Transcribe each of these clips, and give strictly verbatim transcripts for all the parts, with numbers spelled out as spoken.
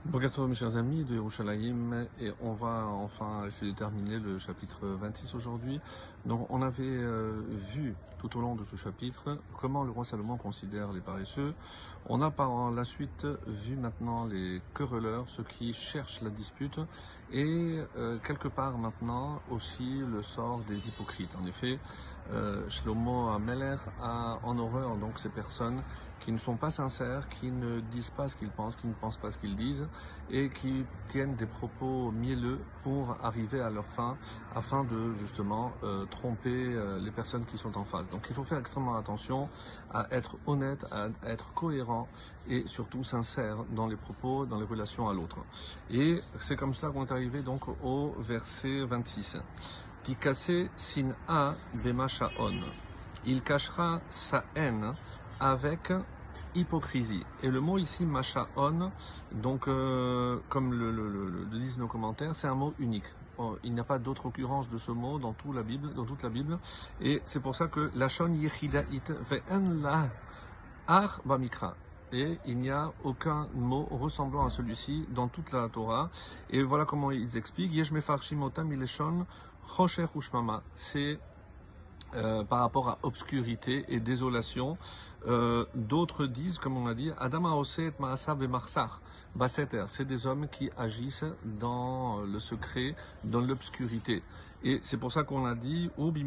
Bonjour mes chers amis de Yerushalayim, et on va enfin essayer de terminer le chapitre vingt-six aujourd'hui. Donc on avait euh, vu tout au long de ce chapitre comment le roi Salomon considère les paresseux. On a par la suite vu maintenant les querelleurs, ceux qui cherchent la dispute, et euh, quelque part maintenant aussi le sort des hypocrites. En effet, euh, Shlomo Ameler a en horreur donc ces personnes qui ne sont pas sincères, qui ne disent pas ce qu'ils pensent, qui ne pensent pas ce qu'ils disent, et qui tiennent des propos mielleux pour arriver à leur fin, afin de justement euh, tromper euh, les personnes qui sont en face. Donc il faut faire extrêmement attention à être honnête, à être cohérent et surtout sincère dans les propos, dans les relations à l'autre. Et c'est comme cela qu'on est arrivé donc au verset vingt-six. Qui cassait sin a bemachaon. Il cachera sa haine avec hypocrisie. Et le mot ici, machaon, donc euh, comme le, le, le, le disent nos commentaires, c'est un mot unique. Oh, il n'y a pas d'autre occurrence de ce mot dans, tout la Bible, dans toute la Bible. Et c'est pour ça que lachon yechidaït ve'en la ar bamikra. Et il n'y a aucun mot ressemblant à celui-ci dans toute la Torah. Et voilà comment ils expliquent. Yesh mefarshim otam ileshon chosher ushmama. C'est Euh, par rapport à obscurité et désolation. Euh, D'autres disent, comme on a dit, Adam Aoset Maasav et Marsar, Basseter, c'est des hommes qui agissent dans le secret, dans l'obscurité. Et c'est pour ça qu'on a dit,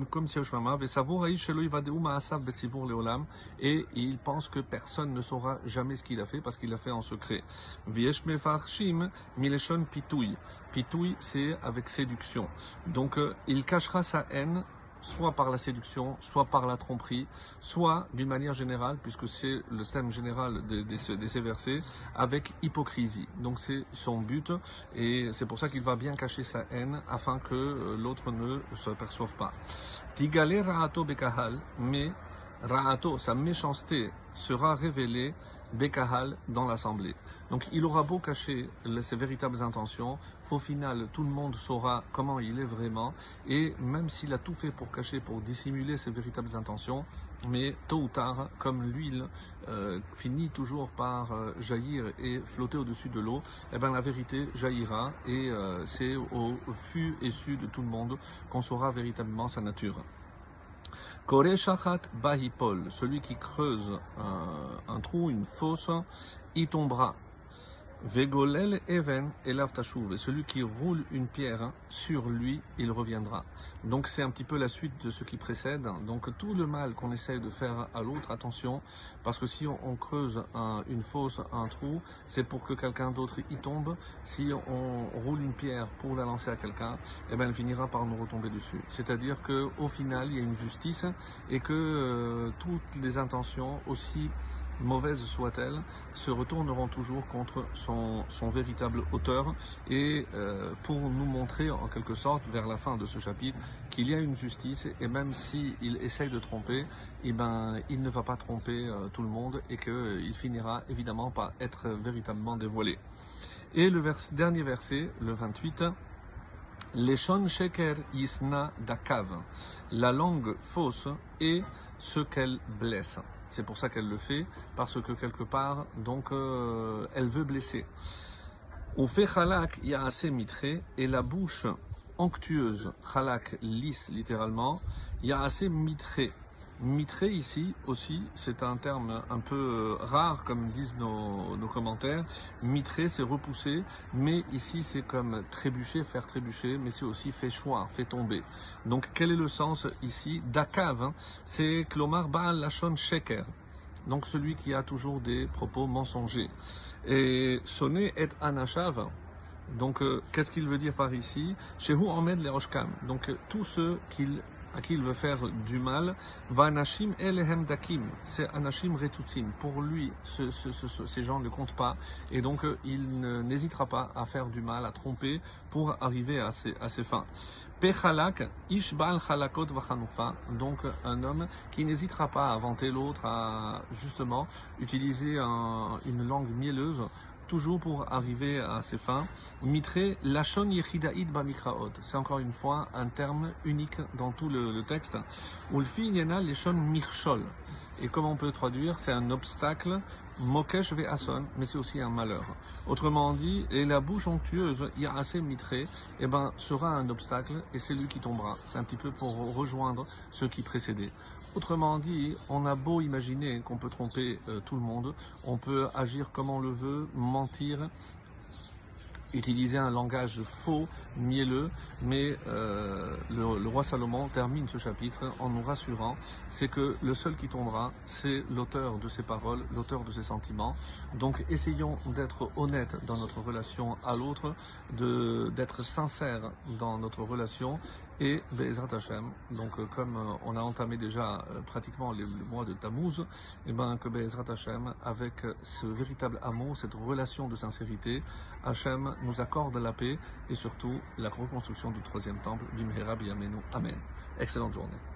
et il pense que personne ne saura jamais ce qu'il a fait parce qu'il a fait en secret. Pitouille, c'est avec séduction. Donc euh, il cachera sa haine soit par la séduction, soit par la tromperie, soit d'une manière générale, puisque c'est le thème général de, de, de ces versets, avec hypocrisie. Donc c'est son but, et c'est pour ça qu'il va bien cacher sa haine, afin que l'autre ne se perçoive pas. Tigale ra'ato bekahal, mais ra'ato, sa méchanceté, sera révélée bekahal dans l'assemblée. Donc il aura beau cacher ses véritables intentions, au final tout le monde saura comment il est vraiment, et même s'il a tout fait pour cacher, pour dissimuler ses véritables intentions, mais tôt ou tard, comme l'huile euh, finit toujours par euh, jaillir et flotter au-dessus de l'eau, eh ben la vérité jaillira, et euh, c'est au fût et su de tout le monde qu'on saura véritablement sa nature. Kore shachat bahipol, celui qui creuse un, un trou, une fosse, y tombera. Vegolel even elav tashuv, et celui qui roule une pierre sur lui, il reviendra. Donc c'est un petit peu la suite de ce qui précède. Donc tout le mal qu'on essaye de faire à l'autre, attention, parce que si on, on creuse un, une fosse, un trou, c'est pour que quelqu'un d'autre y tombe. Si on roule une pierre pour la lancer à quelqu'un, eh ben elle finira par nous retomber dessus. C'est-à-dire que au final, il y a une justice, et que euh, toutes les intentions, aussi mauvaises soient-elles, se retourneront toujours contre son, son véritable auteur, et euh, pour nous montrer en quelque sorte vers la fin de ce chapitre qu'il y a une justice, et même s'il essaye de tromper, eh ben, il ne va pas tromper euh, tout le monde, et qu'il euh, finira évidemment par être véritablement dévoilé. Et le vers, dernier verset, le vingt-huit, Leshon sheker yisna dakav, la langue fausse est ce qu'elle blesse. C'est pour ça qu'elle le fait, parce que quelque part, donc, euh, elle veut blesser. On fait chalak, il y a assez mitré, et la bouche onctueuse, chalak, lisse littéralement, il y a assez mitré. Mitré ici aussi, c'est un terme un peu rare, comme disent nos, nos commentaires. Mitré, c'est repousser, mais ici c'est comme trébucher, faire trébucher, mais c'est aussi fait choir, fait tomber. Donc quel est le sens ici? Dakav, hein, c'est klomar baal lachon sheker. Donc celui qui a toujours des propos mensongers. Et sonner et anashav. Donc euh, qu'est-ce qu'il veut dire par ici? Shehu Ahmed le Oshkam. Donc euh, tous ceux qu'il à qui il veut faire du mal, va anashim elehem dakim, c'est anashim retutzim. Pour lui, ce, ce, ce, ces gens ne comptent pas, et donc euh, il n'hésitera pas à faire du mal, à tromper, pour arriver à ses, à ses fins. Pechalak, ishbal chalakot vachanufa, donc un homme qui n'hésitera pas à vanter l'autre, à justement utiliser un, une langue mielleuse, toujours pour arriver à ses fins. Mitré, lachon yechidaïd bamikraot. C'est encore une fois un terme unique dans tout le, le texte. Ulfi yena lechon mirchol. Et comme on peut traduire, c'est un obstacle Mokesh ve Ason, mais c'est aussi un malheur. Autrement dit, et la bouche onctueuse, Ya'aseh mitré, eh ben, sera un obstacle et c'est lui qui tombera. C'est un petit peu pour rejoindre ceux qui précédaient. Autrement dit, on a beau imaginer qu'on peut tromper euh, tout le monde, on peut agir comme on le veut, mentir, utiliser un langage faux, mielleux, mais euh, le, le roi Salomon termine ce chapitre en nous rassurant, c'est que le seul qui tombera, c'est l'auteur de ces paroles, l'auteur de ces sentiments. Donc essayons d'être honnêtes dans notre relation à l'autre, de d'être sincères dans notre relation, et Be'ezrat Hashem, donc euh, comme euh, on a entamé déjà euh, pratiquement le, le mois de Tammuz, et ben que Be'ezrat Hashem, avec ce véritable amour, cette relation de sincérité, Hashem nous accorde la paix et surtout la reconstruction du troisième temple, Bimhera B'Yameinu. Amen. Excellente journée.